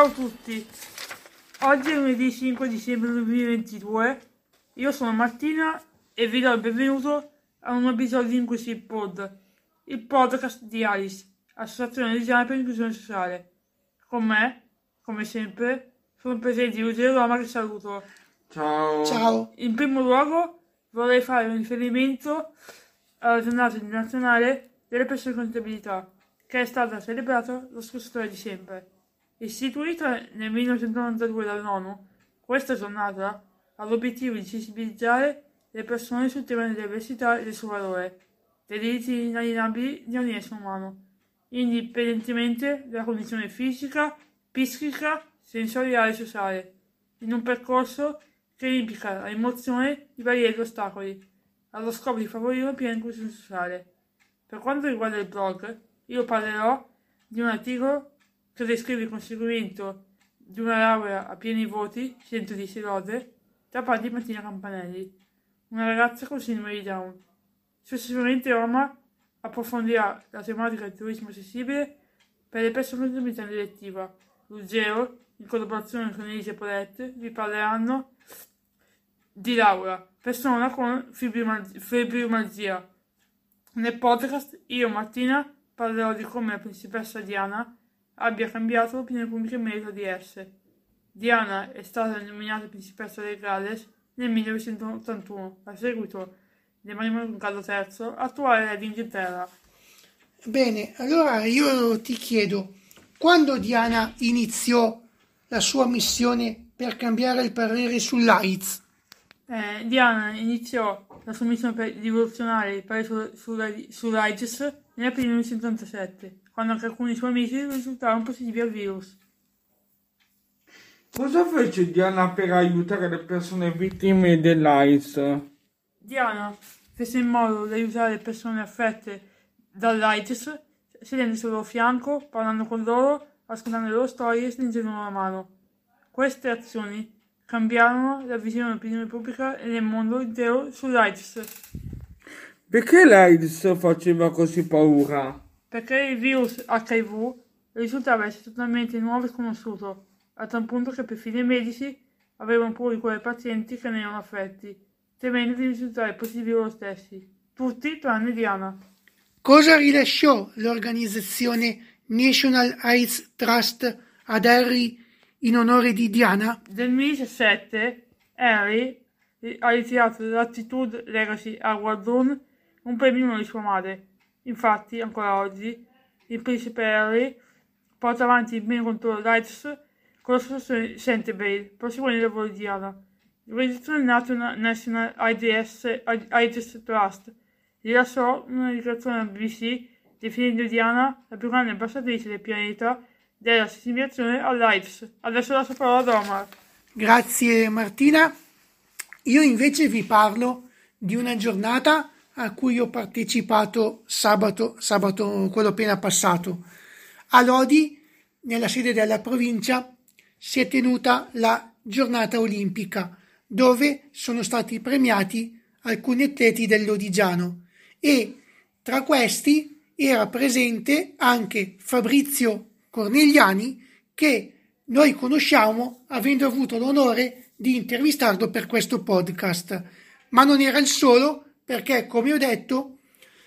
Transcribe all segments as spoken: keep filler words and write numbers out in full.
Ciao a tutti, oggi è lunedì cinque dicembre duemilaventidue, io sono Martina e vi do il benvenuto a un nuovo episodio di Inclusive Pod, il podcast di Alice, Associazione Italiana per l'Inclusione Sociale. Con me, come sempre, sono presenti Ruggero Roma, che saluto. Ciao. Ciao. In primo luogo vorrei fare un riferimento alla giornata internazionale delle persone con disabilità, che è stata celebrata lo scorso tre dicembre. Istituita nel millenovecentonovantadue dall'ONU, questa giornata ha l'obiettivo di sensibilizzare le persone sul tema della diversità e del suo valore, dei diritti inalienabili di ogni essere umano, indipendentemente dalla condizione fisica, psichica, sensoriale e sociale, in un percorso che implica la rimozione di barriere e ostacoli, allo scopo di favorire una piena inclusione sociale. Per quanto riguarda il blog, io parlerò di un articolo che descrive il conseguimento di una laurea a pieni voti, cento dieci lode, da parte di Martina Campanelli, una ragazza con sindrome di Down. Successivamente Roma approfondirà la tematica del turismo accessibile per le persone con disabilità intellettiva. Ruggero, in collaborazione con Elisa Poletti, vi parleranno di Laura, persona con fibromialgia. Nel podcast io, Martina, parlerò di come la principessa Diana abbia cambiato l'opinione pubblica in merito di esse. Diana è stata nominata principessa del Galles nel millenovecentottantuno, a seguito di Emanuele Carlo terzo, attuale re d'Inghilterra. Bene, allora io ti chiedo, quando Diana iniziò la sua missione per cambiare il parere sull'AIDS? Eh, Diana iniziò la sua missione per rivoluzionare il parere sull'AIDS nell'aprile millenovecentottantasette, quando anche alcuni suoi amici risultarono positivi al virus. Cosa fece Diana per aiutare le persone vittime dell'AIDS? Diana fece in modo di aiutare le persone affette dall'AIDS, sedendosi al loro fianco, parlando con loro, ascoltando le loro storie e stringendo loro la mano. Queste azioni cambiarono la visione dell'opinione pubblica e nel mondo intero sull'AIDS. Perché l'AIDS faceva così paura? Perché il virus H I V risultava essere totalmente nuovo e sconosciuto, a tal punto che perfino i medici avevano paura di quei pazienti che ne erano affetti, temendo di risultare positivi loro stessi, tutti tranne Diana. Cosa rilasciò l'organizzazione National AIDS Trust ad Harry in onore di Diana? Nel duemiladiciassette Harry ha ritirato dall'Attitude Legacy Award un premio in onore di sua madre. Infatti, ancora oggi, il principe Harry porta avanti il bene contro l'AIDS con l'associazione Centerville, proseguendo il lavoro di Diana. L'organizzazione National AIDS, AIDS Trust rilasciò una dichiarazione al B B C definendo Diana la più grande ambasciatrice del pianeta della sensibilizzazione all'AIDS. Adesso lascio la parola a Omar. Grazie Martina. Io invece vi parlo di una giornata a cui ho partecipato sabato, sabato quello appena passato. A Lodi, nella sede della provincia, si è tenuta la giornata olimpica, dove sono stati premiati alcuni atleti del Lodigiano e tra questi era presente anche Fabrizio Cornegliani, che noi conosciamo avendo avuto l'onore di intervistarlo per questo podcast. Ma non era il solo, perché, come ho detto,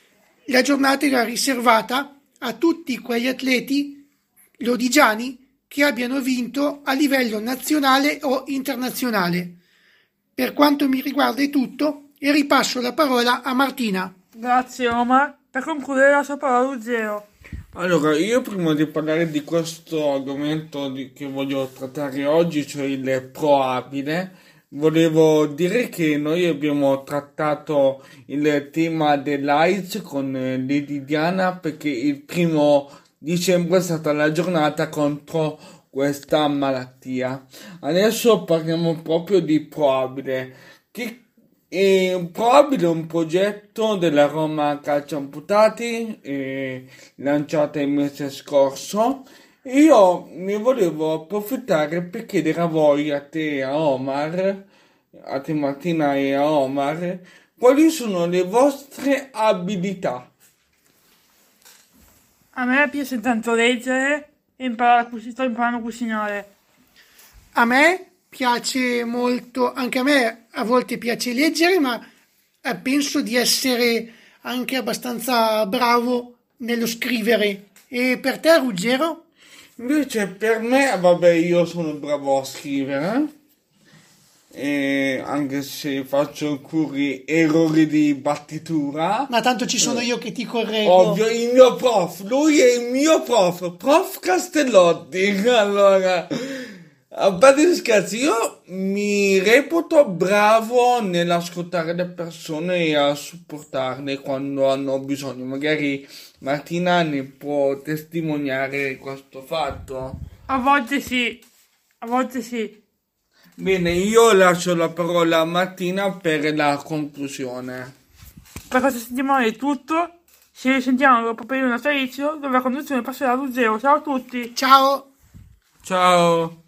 la giornata era riservata a tutti quegli atleti lodigiani che abbiano vinto a livello nazionale o internazionale. Per quanto mi riguarda è tutto e ripasso la parola a Martina. Grazie Omar. Per concludere la sua parola Ruggero. Allora, io prima di parlare di questo argomento di, che voglio trattare oggi, cioè il proabile, volevo dire che noi abbiamo trattato il tema dell'AIDS con Lady Diana perché il primo dicembre è stata la giornata contro questa malattia. Adesso parliamo proprio di proabile. Che è proabile un progetto della Roma Calcio Amputati eh, lanciato il mese scorso. Io ne volevo approfittare per chiedere a voi, a te, a Omar, a te Martina e a Omar, quali sono le vostre abilità? A me piace tanto leggere e imparare a cucinare, sto imparando a cucinare. A me piace molto, anche a me a volte piace leggere, ma eh, penso di essere anche abbastanza bravo nello scrivere. E per te, Ruggero? Invece per me, vabbè, io sono bravo a scrivere, e anche se faccio alcuni errori di battitura. Ma tanto ci sono io che ti correggo. Ovvio, il mio prof, lui è il mio prof, prof Castellotti. Allora, a parte gli scherzi, io mi reputo bravo nell'ascoltare le persone e a supportarle quando hanno bisogno. Magari Martina ne può testimoniare questo fatto. A volte sì, a volte sì. Bene, io lascio la parola a Martina per la conclusione. Per questa settimana è tutto. Ci risentiamo dopo per il nostro inizio, dove la conduzione passerà a Ruggero. Ciao a tutti! Ciao! Ciao!